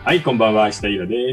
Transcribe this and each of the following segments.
はい、こんばんは、石田ゆらです。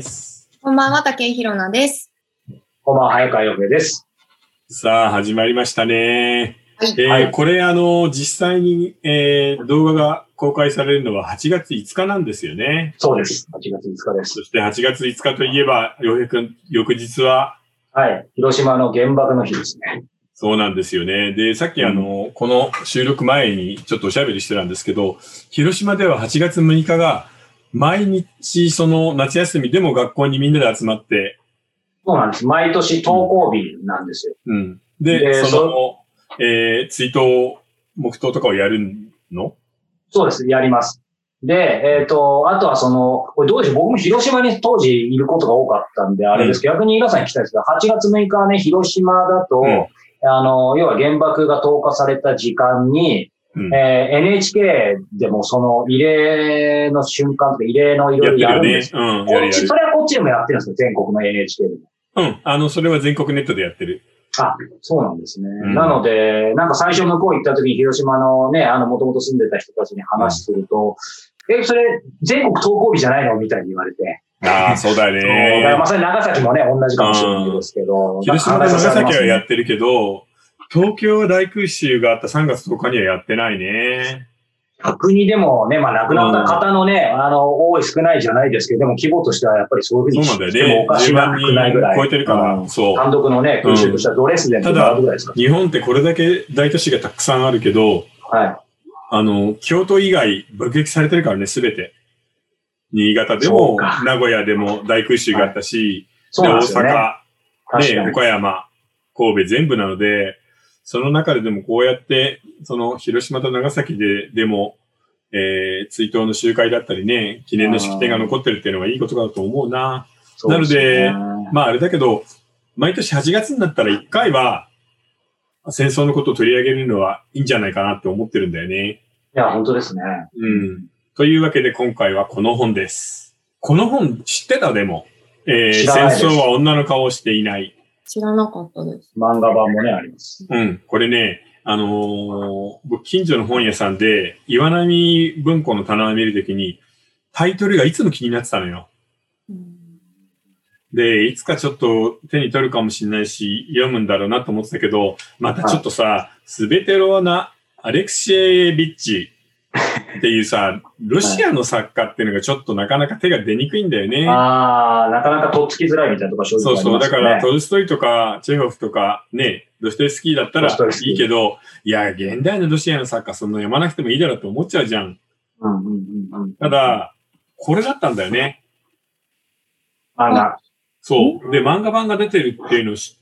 こんばんは、竹井ひろなです。 こんばんは、早川洋平です。 さあ、始まりましたね。 はい。 これ、実際に、動画が公開されるのは8月5日なんですよね。 そうです。8月5日です。 そして8月5日といえば、洋平くん、翌日は、 はい。広島の原爆の日ですね。 そうなんですよね。で、さっきこの収録前にちょっとおしゃべりしてたんですけど、広島では8月6日が、毎日その夏休みでも学校にみんなで集まって、 そうなんです。毎年登校日なんですよ。 うん。で、追悼、黙祷とかをやるの？ そうです。やります。で、あとはこれどうでしょう。僕も広島に当時いることが多かったんで、あれですけど、逆に皆さんに聞きたいですけど、8月6日はね、広島だと、要は原爆が投下された時間に、NHK でもその慰霊の瞬間とか慰霊のいろいろやるんですよ。それはこっちでもやってるんですよ。全国の NHK でも。 それは全国ネットでやってる。 あ、そうなんですね。なので、なんか最初向こう行った時に広島のね、もともと住んでた人たちに話すると、それ全国登校日じゃないのみたいに言われて。 ああ、そうだよね。 まさに長崎もね、同じかもしれないですけど。 広島と長崎はやってるけど、東京大空襲があった3月10日にはやってないね。 逆にでもね、亡くなった方のね、多い少ないじゃないですけど、でも規模としてはやっぱりそういうふうにしてもおかしくないぐらい。 超えてるから、そう。 単独のね、空襲としてはドレスデンとかあるぐらいですか。 日本ってこれだけ大都市がたくさんあるけど、 はい。 京都以外爆撃されてるからね、すべて。新潟でも、名古屋でも大空襲があったし、 大阪、岡山、神戸全部なので、その中ででもこうやって、広島と長崎でも、追悼の集会だったりね、記念の式典が残ってるっていうのがいいことだと思うな。なので、あれだけど、毎年8月になったら1回は、戦争のことを取り上げるのはいいんじゃないかなって思ってるんだよね。 いや、本当ですね。 というわけで今回はこの本です。この本知ってた？でも、戦争は女の顔をしていない。 知らなかったです。 漫画版もね、あります。 これね、僕、近所の本屋さんで、岩波文庫の棚を見るときに、タイトルがいつも気になってたのよ。で、いつかちょっと手に取るかもしれないし、読むんだろうなと思ってたけど、またちょっとさ、スベテローナ・アレクシエービッチっていうさ、ロシアの作家っていうのがちょっとなかなか手が出にくいんだよね。 なかなかとっつきづらいみたいなとか正直ありますね。 そう、だからトルストイとかチェホフとかね、ドストエフスキーだったらいいけど、いや、現代のロシアの作家そんな読まなくてもいいだろうって思っちゃうじゃん。ただ、これだったんだよね。 漫画。 そう。で、漫画版が出てるっていうのを知って、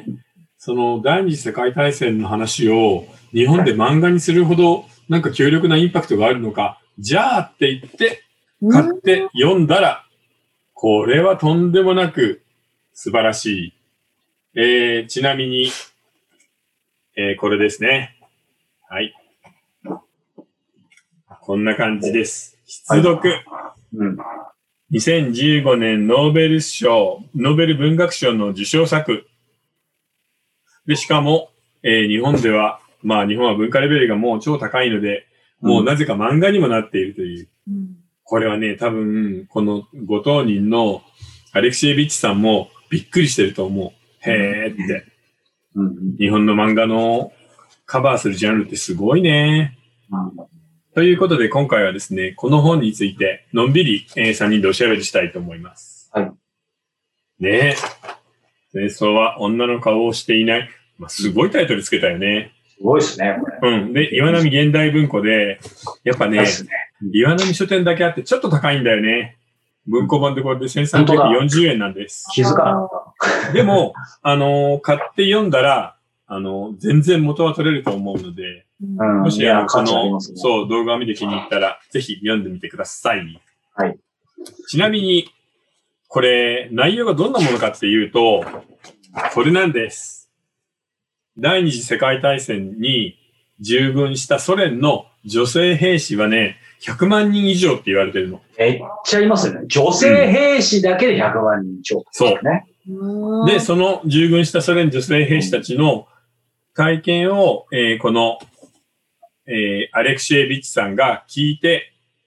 第二次世界大戦の話を日本で漫画にするほどなんか強力なインパクトがあるのか、じゃあって言って、買って読んだら、これはとんでもなく素晴らしい。ちなみに、これですね。はい。こんな感じです。出読。2015年ノーベル文学賞の受賞作。で、しかも、日本では、日本は文化レベルがもう超高いので、もうなぜか漫画にもなっているという。これはね、多分、このご当人のアレクシエービッチさんもびっくりしてると思う。へーって。日本の漫画のカバーするジャンルってすごいね。ということで今回はですね、この本についてのんびり、3人でおしゃべりしたいと思います。 はい。 ねえ。戦争は女の顔をしていない。すごいタイトルつけたよね。 すごいですね、これ。 で、岩波現代文庫で、やっぱね、岩波書店だけあってちょっと高いんだよね。文庫版でこれで1340円なんです。 気づかなかった。でも、買って読んだら、全然元は取れると思うので、もしそう、動画を見て気に入ったら、ぜひ読んでみてください。 はい。 ちなみに、これ、内容がどんなものかっていうと、これなんです。第二次世界大戦に従軍したソ連の女性兵士はね、100万人以上って言われてるの。 めっちゃいますよね。女性兵士だけで100万人超、 そうね。で、その従軍したソ連女性兵士たちの体験を、この、アレクシエービッチさんが聞いて、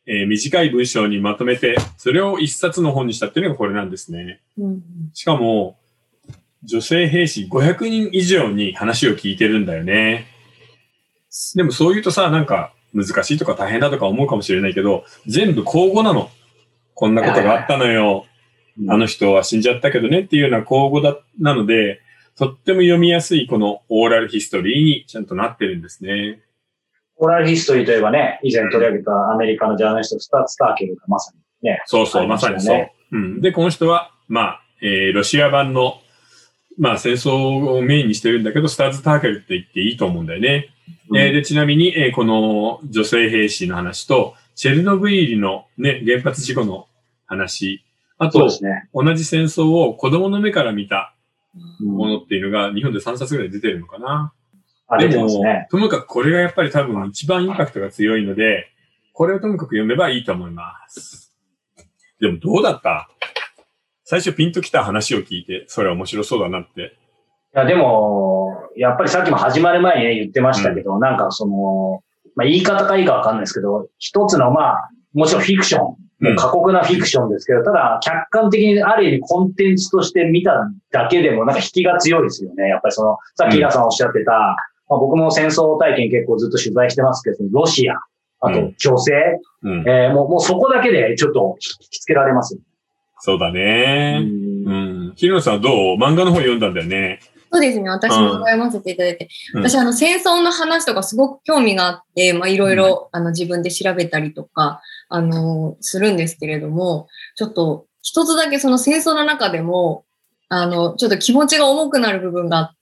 短い文章にまとめて、それを一冊の本にしたっていうのがこれなんですね。しかも、女性兵士500人以上に話を聞いてるんだよね。でもそう言うとさ、なんか難しいとか大変だとか思うかもしれないけど、全部口語なの。こんなことがあったのよ。あの人は死んじゃったけどねっていうような口語なので、とっても読みやすいこのオーラルヒストリーにちゃんとなってるんですね。 オーラルヒストリーといえばね、以前取り上げたアメリカのジャーナリスト、スターケルがまさにね。 そうそう、まさにそう。で、この人は、ロシア版の、戦争をメインにしてるんだけど、スターズ・ターケルって言っていいと思うんだよね。で、ちなみに、この女性兵士の話と、チェルノブイリのね、原発事故の話、あと、同じ戦争を子供の目から見たものっていうのが、日本で3冊ぐらい出てるのかな。でも、ともかくこれがやっぱり多分一番インパクトが強いので、これをともかく読めばいいと思います。でもどうだった？最初ピンときた話を聞いて、それは面白そうだなって。 いや、でも、やっぱりさっきも始まる前にね、言ってましたけど、なんか言い方がいいかわかんないですけど、一つのもちろんフィクション、過酷なフィクションですけど、ただ客観的にある意味コンテンツとして見ただけでもなんか引きが強いですよね。やっぱりさっきイラさんおっしゃってた、僕も戦争体験結構ずっと取材してますけど、ロシア、あと女性、もうそこだけでちょっと引きつけられますよ。 そうだね。ひろのさんはどう？漫画の方読んだんだよね。 そうですね。私も読ませていただいて。私、戦争の話とかすごく興味があって、いろいろ、自分で調べたりとか、するんですけれども、ちょっと、一つだけその戦争の中でも、ちょっと気持ちが重くなる部分があって、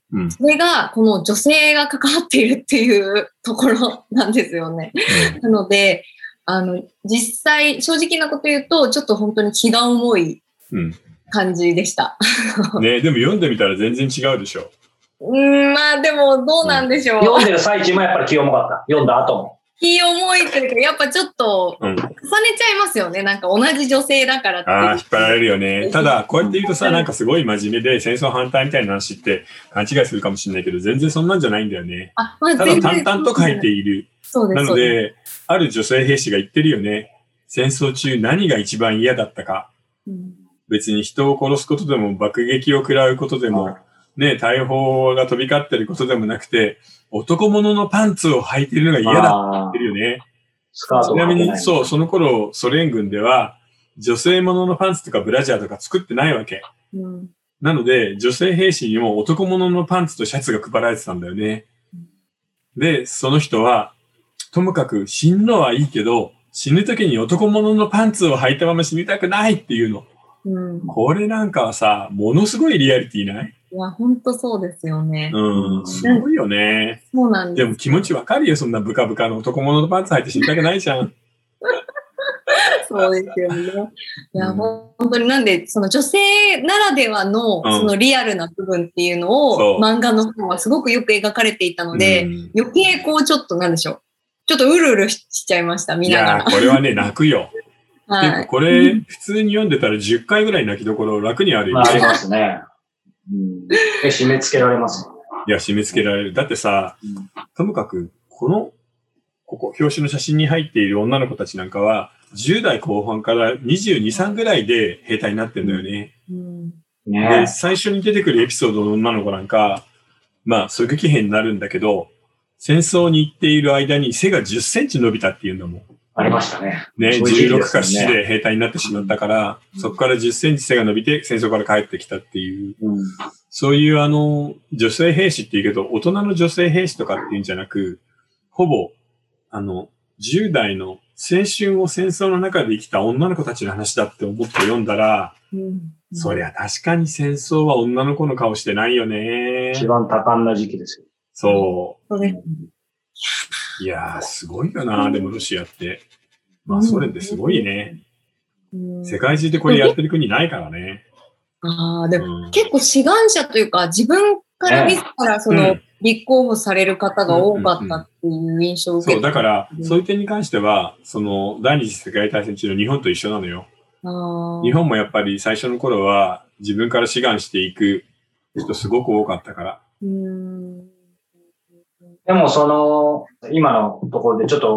それが、この女性が関わっているっていうところなんですよね。なので、実際、正直なこと言うと、ちょっと本当に気が重い感じでした。 ね、でも読んでみたら全然違うでしょ。 でもどうなんでしょう。 読んでる最中もやっぱり気重かった。読んだ後も。 気重いというか、やっぱちょっと重ねちゃいますよね。なんか同じ女性だからって。 引っ張られるよね。ただ、こうやって言うとさ、なんかすごい真面目で戦争反対みたいな話って勘違いするかもしれないけど、全然そんなんじゃないんだよね。ただ淡々と書いている。なので、ある女性兵士が言ってるよね。戦争中何が一番嫌だったか。別に人を殺すことでも爆撃を食らうことでも、ね、大砲が飛び交ってることでもなくて、男物のパンツを履いてるのが嫌だって言ってるよね。ちなみに、その頃、ソ連軍では、女性物のパンツとかブラジャーとか作ってないわけ。なので、女性兵士にも男物のパンツとシャツが配られてたんだよね。で、その人は、ともかく死ぬのはいいけど、死ぬ時に男物のパンツを履いたまま死にたくないっていうの。これなんかはさ、ものすごいリアリティない？ いや、ほんとそうですよね。 すごいよね。 そうなんです。 でも気持ちわかるよ、そんなブカブカの男物のパンツ履いて死にたくないじゃん。 そうですよね。いや、本当になんで、その女性ならではの、そのリアルな部分っていうのを、漫画の方はすごくよく描かれていたので、余計ちょっとなんでしょう。ちょっとうるうるしちゃいました、見ながら。 いや、これはね、泣くよ。これ、普通に読んでたら10回ぐらい泣きどころ楽にあるよね。 ありますね。締め付けられます。 いや、締め付けられる。だってさ、ともかく、ここ、表紙の写真に入っている女の子たちなんかは、10代後半から22、3ぐらいで兵隊になってんだよね。で、最初に出てくるエピソードの女の子なんか、狙撃兵になるんだけど、戦争に行っている間に背が10センチ伸びたっていうんだもん。 ありましたね。 16か7で兵隊になってしまったから、そこから10センチ背が伸びて戦争から帰ってきたっていう、そういう女性兵士っていうけど、大人の女性兵士とかっていうんじゃなく、ほぼ、10代の青春を戦争の中で生きた女の子たちの話だって思って読んだら、そりゃ確かに戦争は女の子の顔してないよね。 一番多感な時期ですよ。 そう。いやー、すごいよな、でもロシアって。ソ連ってすごいね。世界中でこれやってる国ないからね。 でも結構志願者というか、自分から自ら立候補される方が多かったっていう印象を受けて、 そう、だから、そういう点に関しては、第二次世界大戦中の日本と一緒なのよ。日本もやっぱり最初の頃は自分から志願していく人すごく多かったから。 でも今のところでちょっと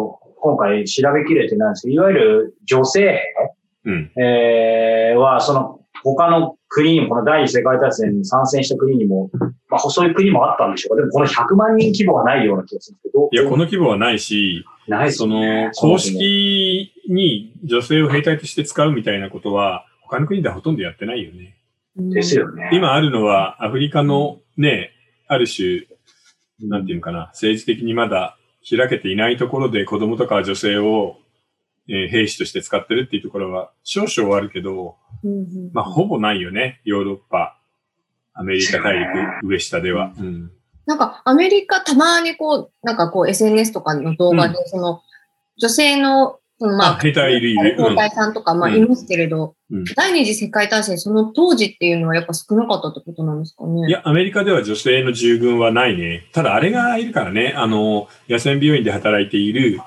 今回調べきれてないんですけど、いわゆる女性兵、は、その他の国にも、この第二次世界大戦に参戦した国にも、まあ、そういう国もあったんでしょうか。でもこの100万人規模はないような気がするんですけど。 いや、この規模はないし、 ないですね。 公式に女性を兵隊として使うみたいなことは、他の国ではほとんどやってないよね。 ですよね。 今あるのは、アフリカのね、ある種、なんていうのかな、政治的にまだ開けていないところで子供とか女性を、兵士として使ってるっていうところは少々あるけど、まあ、ほぼないよね。ヨーロッパ、アメリカ大陸、上下では。 なんか、アメリカたまになんかSNS とかの動画で、女性の、 兵隊いる。 兵隊さんとか、いますけれど、第二次世界大戦、その当時っていうのはやっぱ少なかったってことなんですかね。 いや、アメリカでは女性の従軍はないね。ただ、あれがいるからね、野戦病院で働いている、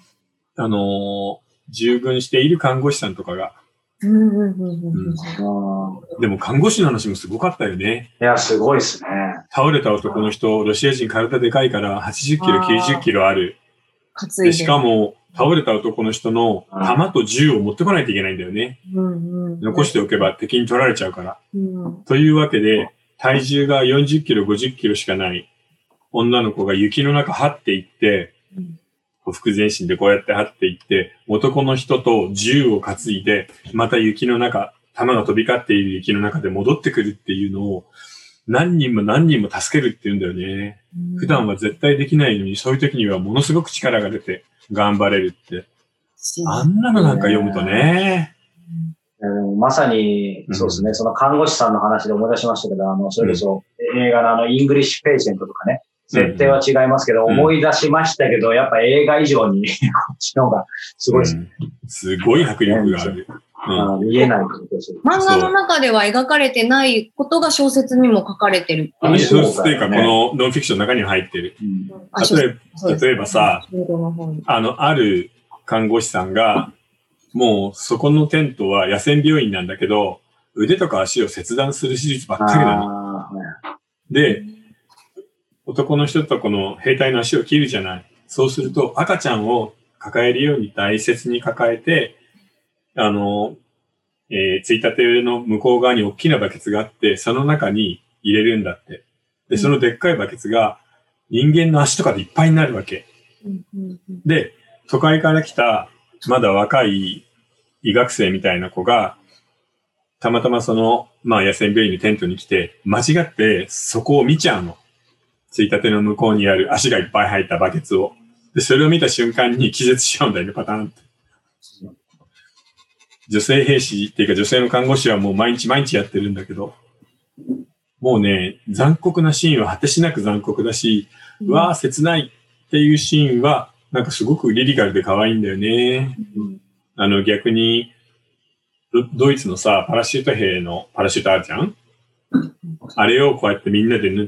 従軍している看護師さんとかが。でも看護師の話もすごかったよね。 いや、すごいですね。 倒れた男の人、ロシア人体でかいから80キロ、90キロある。でしかも、倒れた男の人の弾と銃を持ってこないといけないんだよね。残しておけば敵に取られちゃうから。というわけで、体重が40キロ、50キロしかない女の子が雪の中張っていって、服全身でこうやって張っていって、男の人と銃を担いで、また雪の中、弾が飛び交っている雪の中で戻ってくるっていうのを、何人も何人も助けるっていうんだよね。普段は絶対できないのに、そういう時にはものすごく力が出て、頑張れるって。あんなのなんか読むとね。 まさに、そうですね、その看護師さんの話で思い出しましたけど、それこそ映画のイングリッシュペイシェントとかね、設定は違いますけど、思い出しましたけど、やっぱ映画以上にこっちの方がすごいですね。 すごい迫力がある。 見えないことです。 漫画の中では描かれてないことが小説にも書かれてる。 小説というか、このノンフィクションの中には入ってる。例えばさ、ある看護師さんが、もうそこのテントは野戦病院なんだけど、腕とか足を切断する手術ばっかりなの。で、男の人とこの兵隊の足を切るじゃない。そうすると赤ちゃんを抱えるように大切に抱えて、ついたての向こう側に大きなバケツがあって、その中に入れるんだって。で、そのでっかいバケツが人間の足とかでいっぱいになるわけ。で、都会から来たまだ若い医学生みたいな子が、たまたま野戦病院のテントに来て、間違ってそこを見ちゃうの。ついたての向こうにある足がいっぱい入ったバケツを。で、それを見た瞬間に気絶しちゃうんだよね、パターンって。女性兵士っていうか女性の看護師はもう毎日やってるんだけど、もうね、残酷なシーンは果てしなく残酷だし、わー切ないっていうシーンは、なんかすごくリリカルで可愛いんだよね。逆に、ドイツのさ、パラシュート兵のパラシュートあるじゃん？あれをこうやってみんなで縫って、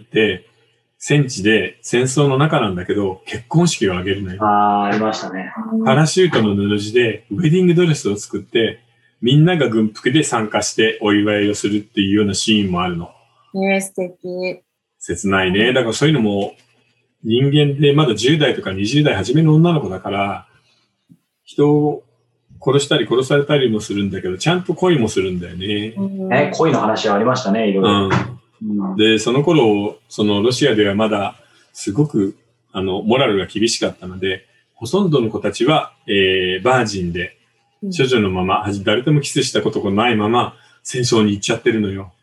戦地で戦争の中なんだけど、結婚式を挙げるのよ。 ありましたね。 パラシュートの布地でウェディングドレスを作って、みんなが軍服で参加してお祝いをするっていうようなシーンもあるの。 素敵。 切ないね。だからそういうのも、人間でまだ10代とか20代初めの女の子だから、人を殺したり殺されたりもするんだけど、ちゃんと恋もするんだよね。 恋の話はありましたね、いろいろ。 で、その頃、ロシアではまだ、すごく、モラルが厳しかったので、ほとんどの子たちは、バージンで、処女のまま、誰ともキスしたことがないまま、戦争に行っちゃってるのよ。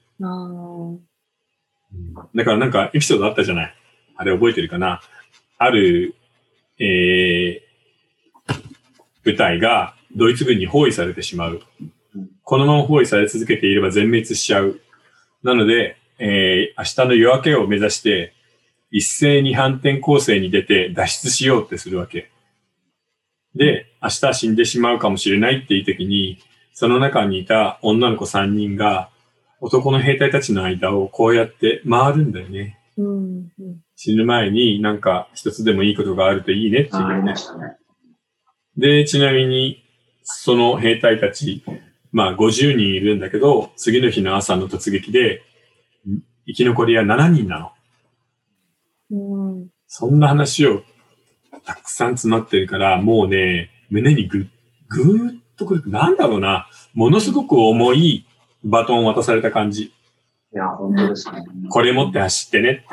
だからなんか、エピソードあったじゃない。あれ覚えてるかな。ある、部隊が、ドイツ軍に包囲されてしまう。このまま包囲され続けていれば全滅しちゃう。なので、明日の夜明けを目指して、一斉に反転攻勢に出て脱出しようってするわけ。で、明日死んでしまうかもしれないっていう時に、その中にいた女の子3人が、男の兵隊たちの間をこうやって回るんだよね。死ぬ前になんか一つでもいいことがあるといいねっていうね。で、ちなみに、その兵隊たち、50人いるんだけど、次の日の朝の突撃で、生き残りは7人なの。そんな話をたくさん詰まってるから、もうね、胸にぐーっとくる。なんだろうな。ものすごく重いバトンを渡された感じ。 いや、本当ですね。 これ持って走ってねって。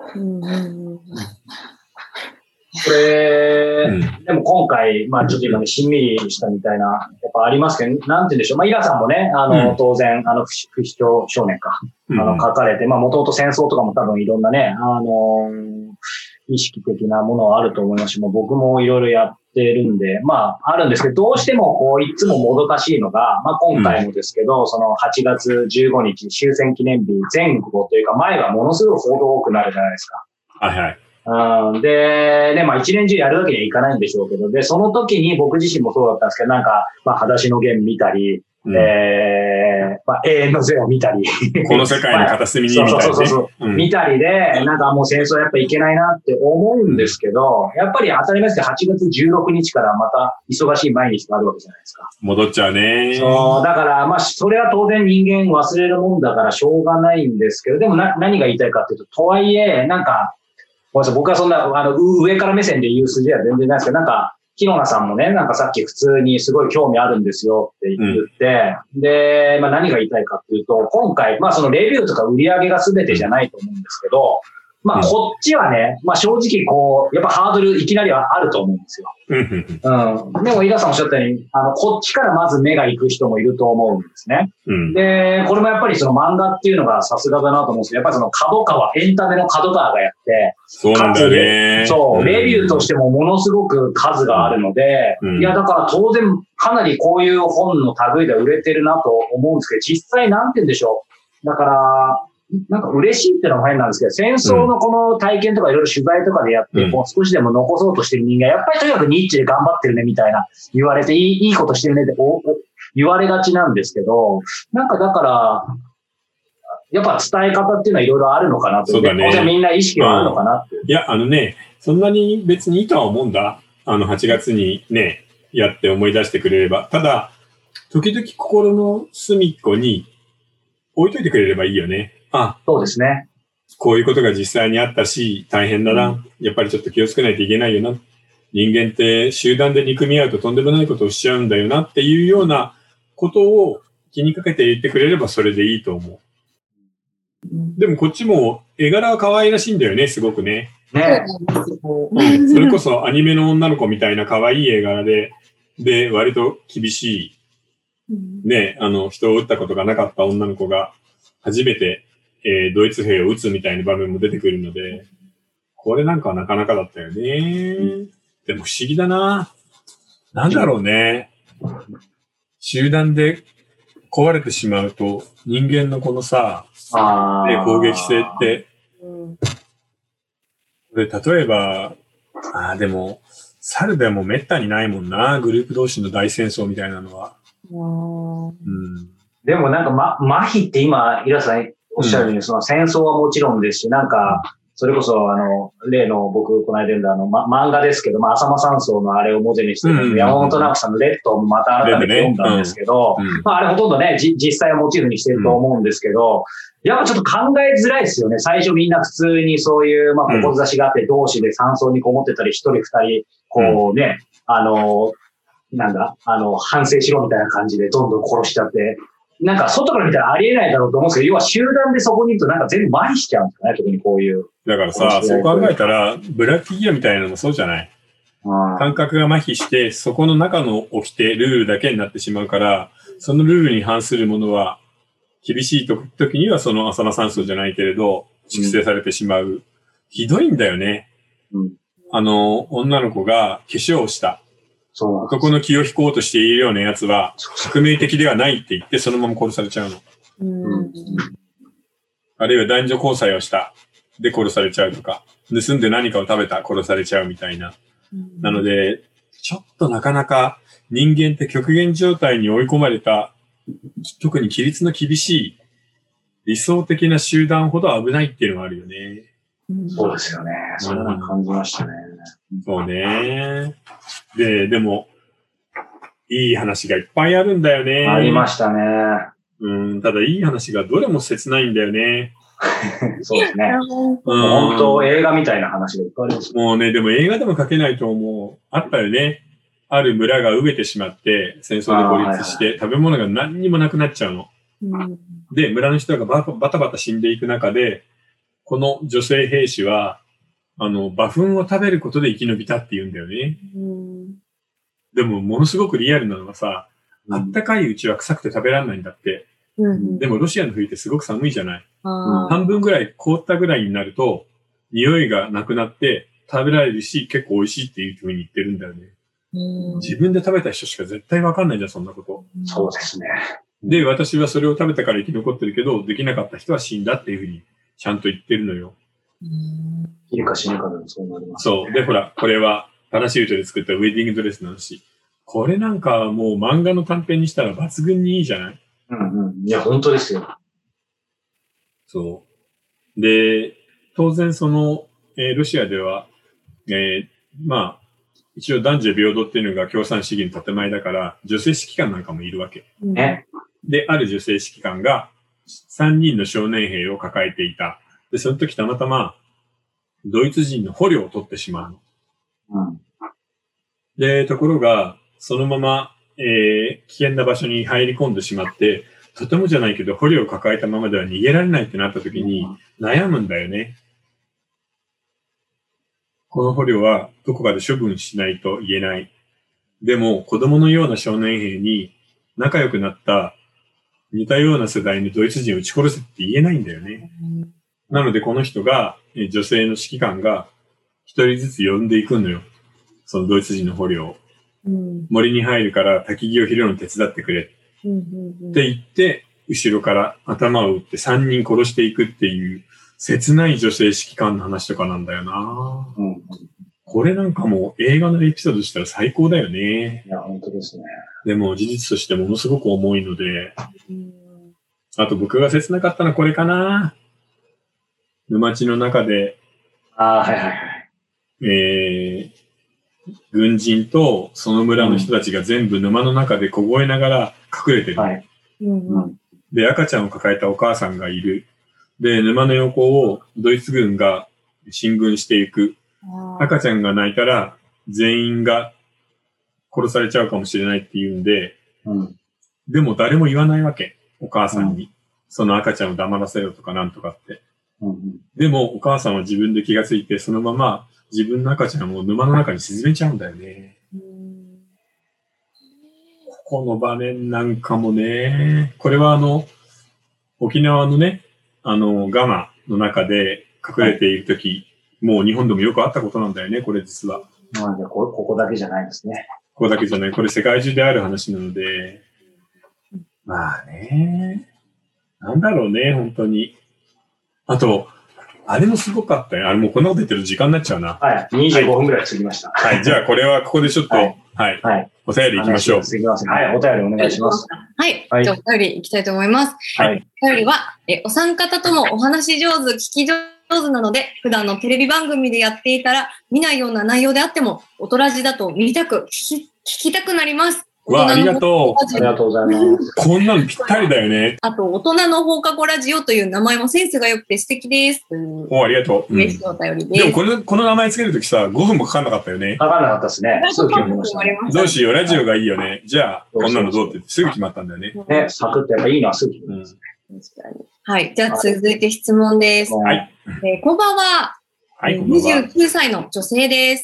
これ、でも今回、まあちょっと今ね、しんみりしたみたいな、やっぱありますけど、なんて言うんでしょう。まあイラさんもね、当然、不死鳥少年か、書かれて、まあもともと戦争とかも多分いろんなね、意識的なものはあると思いますし、もう僕もいろいろやってるんで、まああるんですけど、どうしてもこう、いつももどかしいのが、まあ今回もですけど、その8月15日終戦記念日前後というか、前はものすごい報道多くなるじゃないですか。 はいはい。 で、ね、まあ一年中やるわけにはいかないんでしょうけど、で、その時に僕自身もそうだったんですけど、なんか、まあ裸足の弦見たり、まあ永遠のゼを見たり。 この世界の片隅に見たり、ね。 見たりで、なんかもう戦争やっぱいけないなって思うんですけど、やっぱり当たり前ですけど、8月16日からまた忙しい毎日があるわけじゃないですか。 戻っちゃうね。 そう、だからまあ、それは当然人間忘れるもんだからしょうがないんですけど、でも何が言いたいかっていうと、とはいえ、なんか、僕はそんな、上から目線で言う筋は全然ないですけど、なんか、木野名さんもね、なんかさっき普通にすごい興味あるんですよって言って、で、まあ何が言いたいかっていうと、今回、まあそのレビューとか売り上げが全てじゃないと思うんですけど、まあこっちはね、まあ正直こう、やっぱハードルいきなりはあると思うんですよ。でも、井田さんおっしゃったように、こっちからまず目が行く人もいると思うんですね。で、これもやっぱりその漫画っていうのがさすがだなと思うんですけど、やっぱりその角川、エンタメの角川がやって、 そうなんだよね。 そう、レビューとしてもものすごく数があるので、いや、だから当然かなりこういう本の類で売れてるなと思うんですけど、実際なんて言うんでしょう。だから、なんか嬉しいってのも変なんですけど、戦争のこの体験とかいろいろ取材とかでやって、こう少しでも残そうとしてる人間、やっぱりとにかくニッチで頑張ってるねみたいな言われて、いいことしてるねって言われがちなんですけど、なんかだから、やっぱ伝え方っていうのはいろいろあるのかなと。 そうだね。 当然みんな意識はあるのかなって。 いや、そんなに別にいいとは思うんだ。8月にね、やって思い出してくれれば。ただ、時々心の隅っこに置いといてくれればいいよね。 そうですね。 こういうことが実際にあったし、大変だな。やっぱりちょっと気をつけないといけないよな。人間って集団で憎み合うととんでもないことをしちゃうんだよなっていうようなことを気にかけて言ってくれればそれでいいと思う。でもこっちも絵柄は可愛らしいんだよね、すごくね。それこそアニメの女の子みたいな可愛い絵柄で、割と厳しい、ね、人を撃ったことがなかった女の子が初めてドイツ兵を撃つみたいな場面も出てくるので、これなんかはなかなかだったよね。でも不思議だな。なんだろうね。集団で壊れてしまうと、人間のこのさ、攻撃性って、例えば、でも、猿でも滅多にないもんな、グループ同士の大戦争みたいなのは。 でもなんか、麻痺って今、イラさんおっしゃるように、その戦争はもちろんですし、なんか、それこそ例の僕、この間読んだ漫画ですけど、浅間山荘のあれを文字にしてる、山本直樹さんのレッドをまた改めて読んだんですけど、あれほとんどね、実際をモチーフにしてると思うんですけど、やっぱちょっと考えづらいですよね。最初みんな普通にそういう、志があって同士で山荘にこもってたり、一人二人、こうね、反省しろみたいな感じでどんどん殺しちゃって、なんか外から見たらありえないだろうと思うんですけど、要は集団でそこにいるとなんか全部麻痺しちゃうんですかね、特にこういう。 だからさ、そう考えたら、ブラック企業みたいなのもそうじゃない。感覚が麻痺して、そこの中の起きてルールだけになってしまうから、そのルールに反するものは、厳しい時にはその浅間山荘じゃないけれど、粛清されてしまう。ひどいんだよね。女の子が化粧をした。男の気を引こうとしているようなやつは、革命的ではないって言って、そのまま殺されちゃうの。あるいは男女交際をした。で殺されちゃうとか。盗んで何かを食べた。殺されちゃうみたいな。なので、ちょっとなかなか人間って極限状態に追い込まれた、特に規律の厳しい理想的な集団ほど危ないっていうのがあるよね。 そうですよね。それは感じましたね。 そうね。でも、いい話がいっぱいあるんだよね。 ありましたね。 ただいい話がどれも切ないんだよね。 そうですね。 本本当映画みたいな話がいっぱいあります。 もうね、でも映画でも書けないと思う。あったよね。ある村が飢えてしまって、戦争で孤立して、食べ物が何にもなくなっちゃうの。で、村の人がバタバタ死んでいく中で、この女性兵士は、馬糞を食べることで生き延びたって言うんだよね。でも、ものすごくリアルなのはさ、あったかいうちは臭くて食べられないんだって。でも、ロシアの冬ってすごく寒いじゃない。半分ぐらい凍ったぐらいになると、匂いがなくなって食べられるし、結構美味しいっていう風に言ってるんだよね。自分で食べた人しか絶対わかんないじゃん、そんなこと。 そうですね。 で、私はそれを食べたから生き残ってるけど、できなかった人は死んだっていう風にちゃんと言ってるのよ。 生きるか死ぬかでもそうなります、 ね。そう。で、ほら、これはパラシュートで作ったウェディングドレスの話。これなんかもう漫画の短編にしたら抜群にいいじゃない？ いや、本当ですよ。 そう。で、当然ロシアでは、まあ、一応男女平等っていうのが共産主義の建前だから、女性指揮官なんかもいるわけ。で、ある女性指揮官が3人の少年兵を抱えていた。で、その時たまたま、ドイツ人の捕虜を取ってしまうの。で、ところが、そのまま、危険な場所に入り込んでしまって、とてもじゃないけど、捕虜を抱えたままでは逃げられないってなった時に、悩むんだよね。この捕虜はどこかで処分しないと言えない。でも、子供のような少年兵に仲良くなった似たような世代のドイツ人を撃ち殺せって言えないんだよね。なので、この人が、女性の指揮官が一人ずつ呼んでいくのよ。そのドイツ人の捕虜を。森に入るから焚き木を拾うの手伝ってくれ。って言って、後ろから頭を打って3人殺していくっていう切ない女性指揮官の話とかなんだよな。これなんかもう映画のエピソードしたら最高だよね。 いや、本当ですね。 でも事実としてものすごく重いので、あと僕が切なかったのはこれかな。沼地の中で、軍人とその村の人たちが全部沼の中で凍えながら隠れてる。で、赤ちゃんを抱えたお母さんがいる。で、沼の横をドイツ軍が進軍していく。赤ちゃんが泣いたら全員が殺されちゃうかもしれないっていうんで、でも誰も言わないわけ。お母さんに。その赤ちゃんを黙らせろとかなんとかって。でもお母さんは自分で気がついて、そのまま自分の赤ちゃんを沼の中に沈めちゃうんだよね。この場面なんかもね、これは沖縄のね、ガマの中で隠れているとき、もう日本でもよくあったことなんだよね、これ実は。 ここだけじゃないですね。 ここだけじゃない。これ世界中である話なので、まあね、なんだろうね、本当に。あと、あれもすごかったよ。もうこんなこと言ってると時間になっちゃうな。 25分くらい過ぎました。 じゃあこれはここでちょっと、お便り行きましょう。 お便りお願いします。 じゃあお便り行きたいと思います。お便りは、お三方ともお話上手、聞き上手なので、普段のテレビ番組でやっていたら、見ないような内容であっても、おとらじだと見たく、聞きたくなります。 ありがとう。 ありがとうございます。 こんなのぴったりだよね。 あと、大人の放課後ラジオという名前もセンスが良くて素敵です。 ありがとう。 嬉しいお便りです。 でもこの名前つけるときさ、5分もかかんなかったよね。 かかんなかったですね。すぐ決まりましたね。 どうしよう、ラジオがいいよね。じゃあ、こんなのどうってすぐ決まったんだよね。 ね、サクッとやっぱいいのはすぐ決まりますね。 はい。じゃあ、続いて質問です。こんばんは。29歳の女性です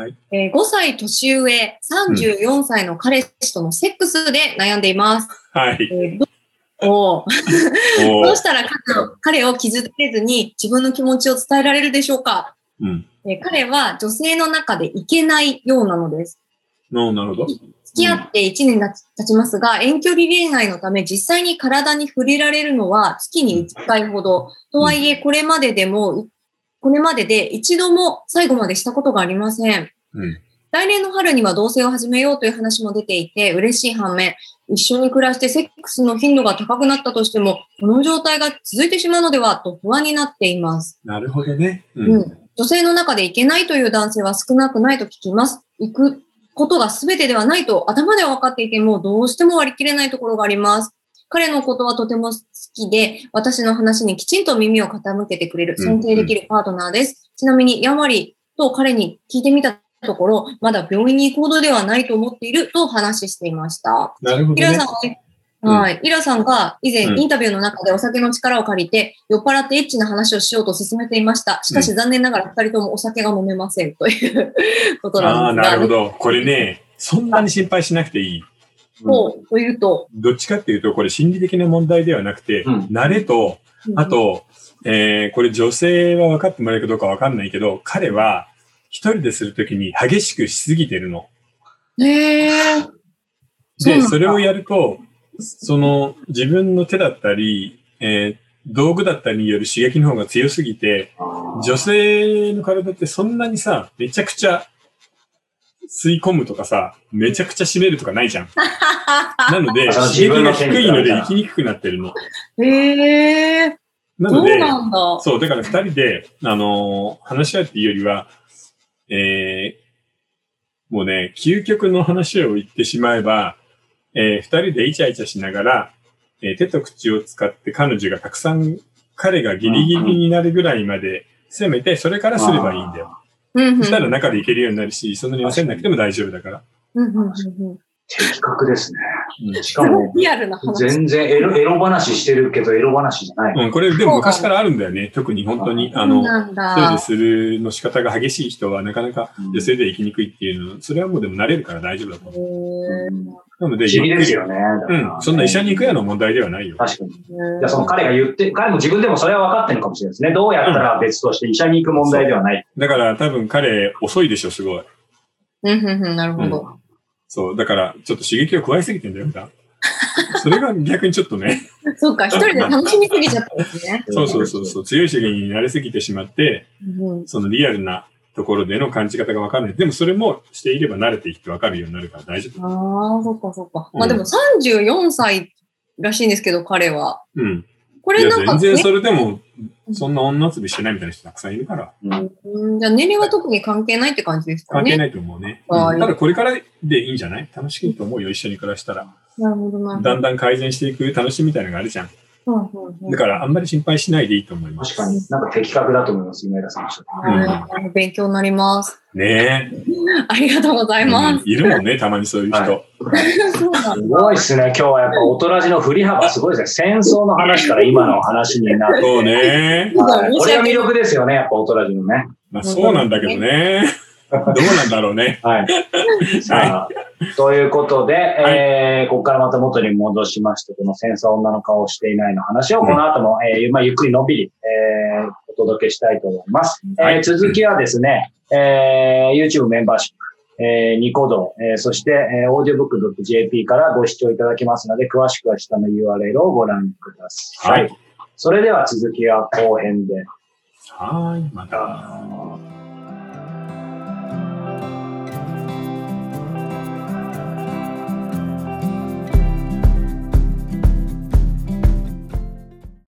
。5歳年上、34歳の彼氏とのセックスで悩んでいます。どうしたら彼を傷つけずに自分の気持ちを伝えられるでしょうか？彼は女性の中でいけないようなのです。 なるほど。 付き合って1年経ちますが、遠距離恋愛のため実際に体に触れられるのは月に1回ほど。とはいえ、これまでで一度も最後までしたことがありません。来年の春には同棲を始めようという話も出ていて、嬉しい反面、一緒に暮らしてセックスの頻度が高くなったとしても、この状態が続いてしまうのではと不安になっています。 なるほどね。 女性の中でいけないという男性は少なくないと聞きます。行くことが全てではないと頭では分かっていても、どうしても割り切れないところがあります。 彼のことはとても好きで、私の話にきちんと耳を傾けてくれる、尊敬できるパートナーです。ちなみに、ヤマリと彼に聞いてみたところ、まだ病院に行くほどではないと思っていると話していました。 なるほどね。 イラさんが以前インタビューの中でお酒の力を借りて、酔っ払ってエッチな話をしようと進めていました。しかし残念ながら二人ともお酒が飲めませんということなんですが。 なるほど。これね、そんなに心配しなくていい。 というと。 どっちかっていうと、これ心理的な問題ではなくて、慣れと、あと、これ女性は分かってもらえるかどうか分かんないけど、彼は一人でするときに激しくしすぎてるの。で、それをやると、自分の手だったり、道具だったりによる刺激の方が強すぎて、女性の体ってそんなにさ、めちゃくちゃ吸い込むとかさ、めちゃくちゃ締めるとかないじゃん。なので、刺激が低いので生きにくくなってるの。なので、そう、だから二人で、話し合うっていうよりは、もうね、究極の話を言ってしまえば、二人でイチャイチャしながら、手と口を使って彼女がたくさん、彼がギリギリになるぐらいまで攻めて、それからすればいいんだよ。そしたら中でいけるようになるし、そんなに焦んなくても大丈夫だから。 的確ですね。しかも、全然エロ話してるけど、エロ話じゃない。 これでも昔からあるんだよね。特に本当に、一人でするの仕方が激しい人はなかなか女性で生きにくいっていうの、それはもうでも慣れるから大丈夫だと思う。なので、 不思議ですよね。 そんな医者に行くような問題ではないよ。 確かに。じゃあその彼が言って、彼も自分でもそれは分かってるのかもしれないですね。どうやったら別として医者に行く問題ではない。 だから多分彼遅いでしょ、すごい。 なるほど。 そう、だからちょっと刺激を加えすぎてんだよ、それが逆にちょっとね。 そうか、一人で楽しみすぎちゃったんですね。 そう。強い刺激に慣れすぎてしまって、そのリアルなところでの感じ方が分かんない。でもそれもしていれば慣れていって分かるようになるから大丈夫。 そっか。まあでも34歳らしいんですけど、彼は。 これなんか、全然それでも、そんな女遊びしてないみたいな人たくさんいるから。 じゃあ年齢は特に関係ないって感じですかね。 関係ないと思うね。ただこれからでいいんじゃない？楽しいと思うよ、一緒に暮らしたら。 なるほど。 だんだん改善していく楽しみみたいなのがあるじゃん。だからあんまり心配しないでいいと思います。 確かに。なんか的確だと思います、今枝さん。 勉強になります。 ねえ。ありがとうございます。 いるもんね、たまにそういう人。 すごいっすね。今日はやっぱオトラジの振り幅すごいですね。戦争の話から今の話になって。 そうね。 これが魅力ですよね、やっぱオトラジのね。 まあそうなんだけどね。どうなんだろうね。 さあ、ということで、ここからまた元に戻しまして、この戦争女の顔をしていないの話をこの後も、ゆっくりのんびり、お届けしたいと思います。続きはですね、YouTube メンバーシップ、ニコ動、そして、audiobook.jp からご視聴いただけますので、詳しくは下の URL をご覧ください。それでは続きは後編で。 また。